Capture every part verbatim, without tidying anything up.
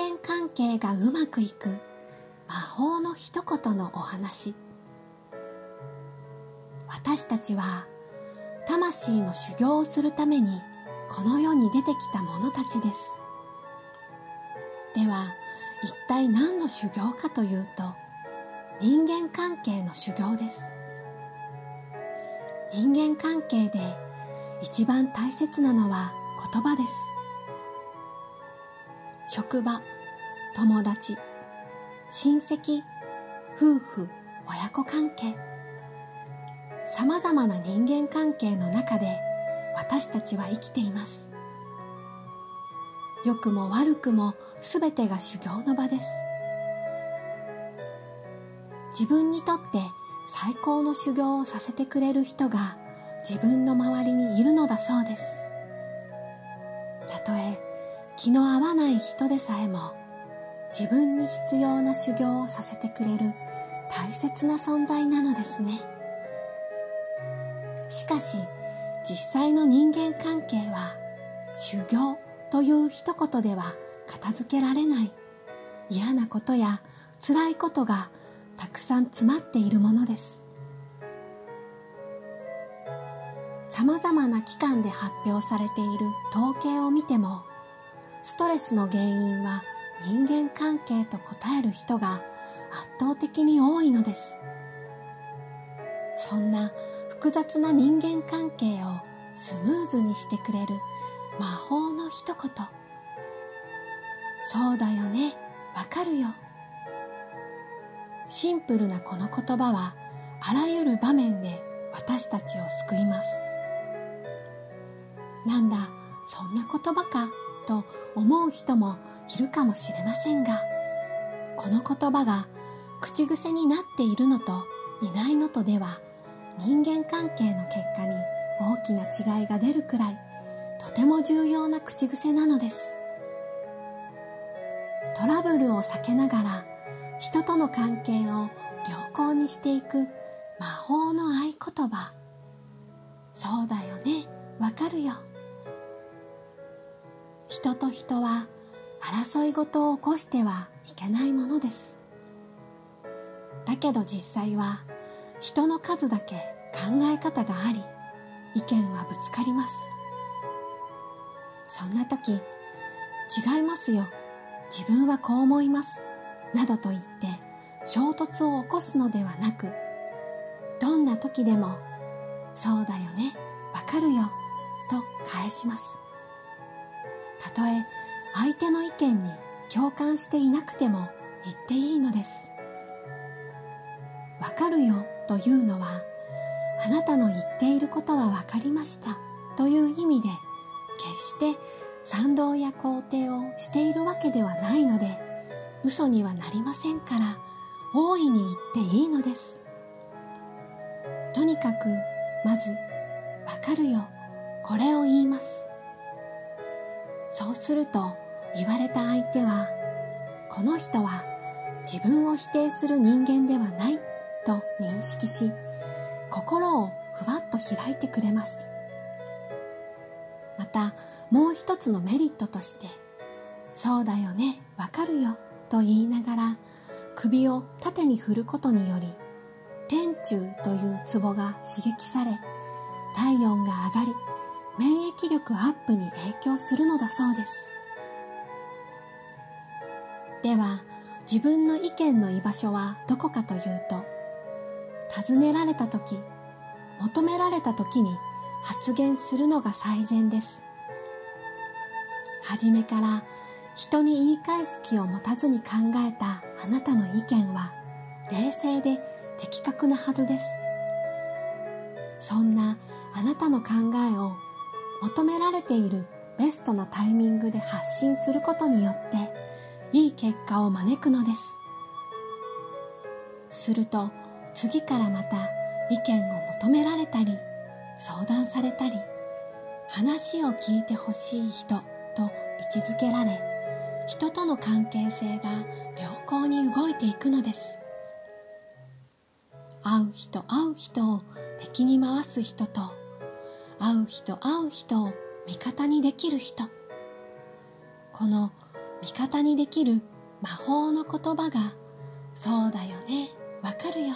間関係がうまくいく魔法の一言のお話。私たちは魂の修行をするためにこの世に出てきた者たちです。では一体何の修行かというと、人間関係の修行です。人間関係で一番大切なのは言葉です。職場、友達、親戚、夫婦、親子関係、さまざまな人間関係の中で私たちは生きています。良くも悪くもすべてが修行の場です。自分にとって最高の修行をさせてくれる人が自分の周りにいるのだそうです。たとえ気の合わない人でさえも自分に必要な修行をさせてくれる大切な存在なのですね。しかし実際の人間関係は修行という一言では片付けられない嫌なことや辛いことがたくさん詰まっているものです。さまざまな機関で発表されている統計を見ても、ストレスの原因は人間関係と答える人が圧倒的に多いのです。そんな複雑な人間関係をスムーズにしてくれる魔法の一言。そうだよね、わかるよ。シンプルなこの言葉はあらゆる場面で私たちを救います。なんだ、そんな言葉かと思う人もいるかもしれませんが、この言葉が口癖になっているのといないのとでは人間関係の結果に大きな違いが出るくらいとても重要な口癖なのです。トラブルを避けながら人との関係を良好にしていく魔法の合言葉。そうだよね、わかるよ。人と人は争い事を起こしてはいけないものです。だけど実際は人の数だけ考え方があり、意見はぶつかります。そんな時、違いますよ、自分はこう思いますなどと言って衝突を起こすのではなく、どんな時でもそうだよね、わかるよと返します。たとえ相手の意見に共感していなくても言っていいのです。わかるよというのは、あなたの言っていることはわかりましたという意味で、決して賛同や肯定をしているわけではないので、嘘にはなりませんから、大いに言っていいのです。とにかくまず、わかるよ、これを言います。そうすると言われた相手は、この人は自分を否定する人間ではないと認識し、心をふわっと開いてくれます。またもう一つのメリットとして、そうだよね、わかるよと言いながら首を縦に振ることにより、天中というツボが刺激され、体温が上がり、免疫力アップに影響するのだそうです。では、自分の意見の居場所はどこかというと、尋ねられたとき、求められたときに発言するのが最善です。はじめから人に言い返す気を持たずに考えたあなたの意見は冷静で的確なはずです。そんなあなたの考えを求められているベストなタイミングで発信することによっていい結果を招くのです。すると次からまた意見を求められたり、相談されたり、話を聞いてほしい人と位置づけられ、人との関係性が良好に動いていくのです。会う人会う人を敵に回す人と、会う人会う人を味方にできる人、この味方にできる魔法の言葉が、そうだよね、わかるよ。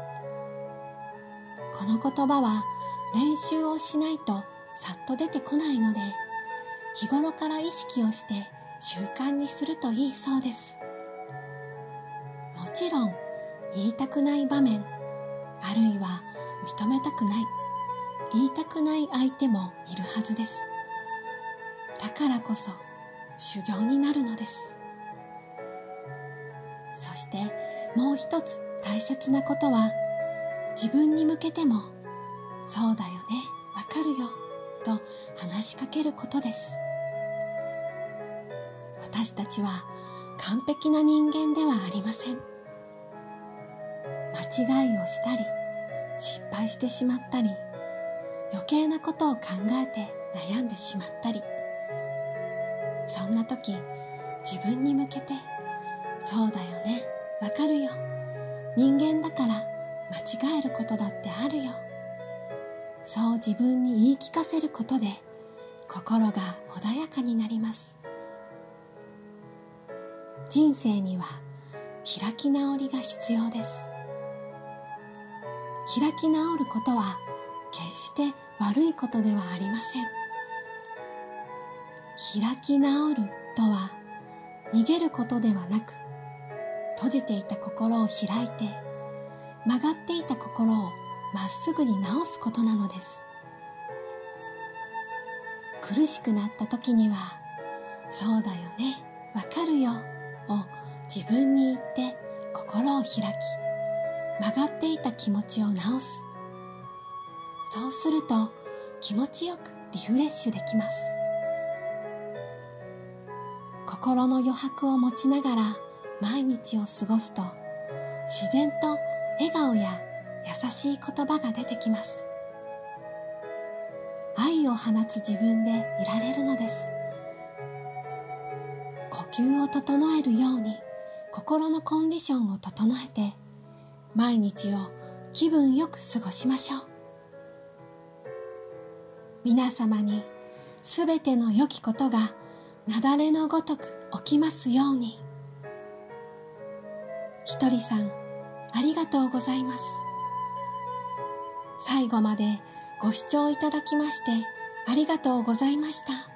この言葉は練習をしないとさっと出てこないので、日頃から意識をして習慣にするといいそうです。もちろん言いたくない場面、あるいは認めたくない、言いたくない相手もいるはずです。だからこそ修行になるのです。そしてもう一つ大切なことは、自分に向けてもそうだよね、わかるよと話しかけることです。私たちは完璧な人間ではありません。間違いをしたり失敗してしまったり、余計なことを考えて悩んでしまったり、そんな時自分に向けてそうだよね、わかるよ、人間だから間違えることだってあるよ、そう自分に言い聞かせることで心が穏やかになります。人生には開き直りが必要です。開き直ることは決して悪いことではありません。開き直るとは逃げることではなく、閉じていた心を開いて、曲がっていた心をまっすぐに直すことなのです。苦しくなった時には、そうだよね、わかるよを自分に言って心を開き、曲がっていた気持ちを直す。そうすると気持ちよくリフレッシュできます。心の余白を持ちながら毎日を過ごすと、自然と笑顔や優しい言葉が出てきます。愛を放つ自分でいられるのです。呼吸を整えるように心のコンディションを整えて、毎日を気分よく過ごしましょう。皆様にすべての良きことが雪崩のごとく起きますように。ひとりさん、ありがとうございます。最後までご視聴いただきましてありがとうございました。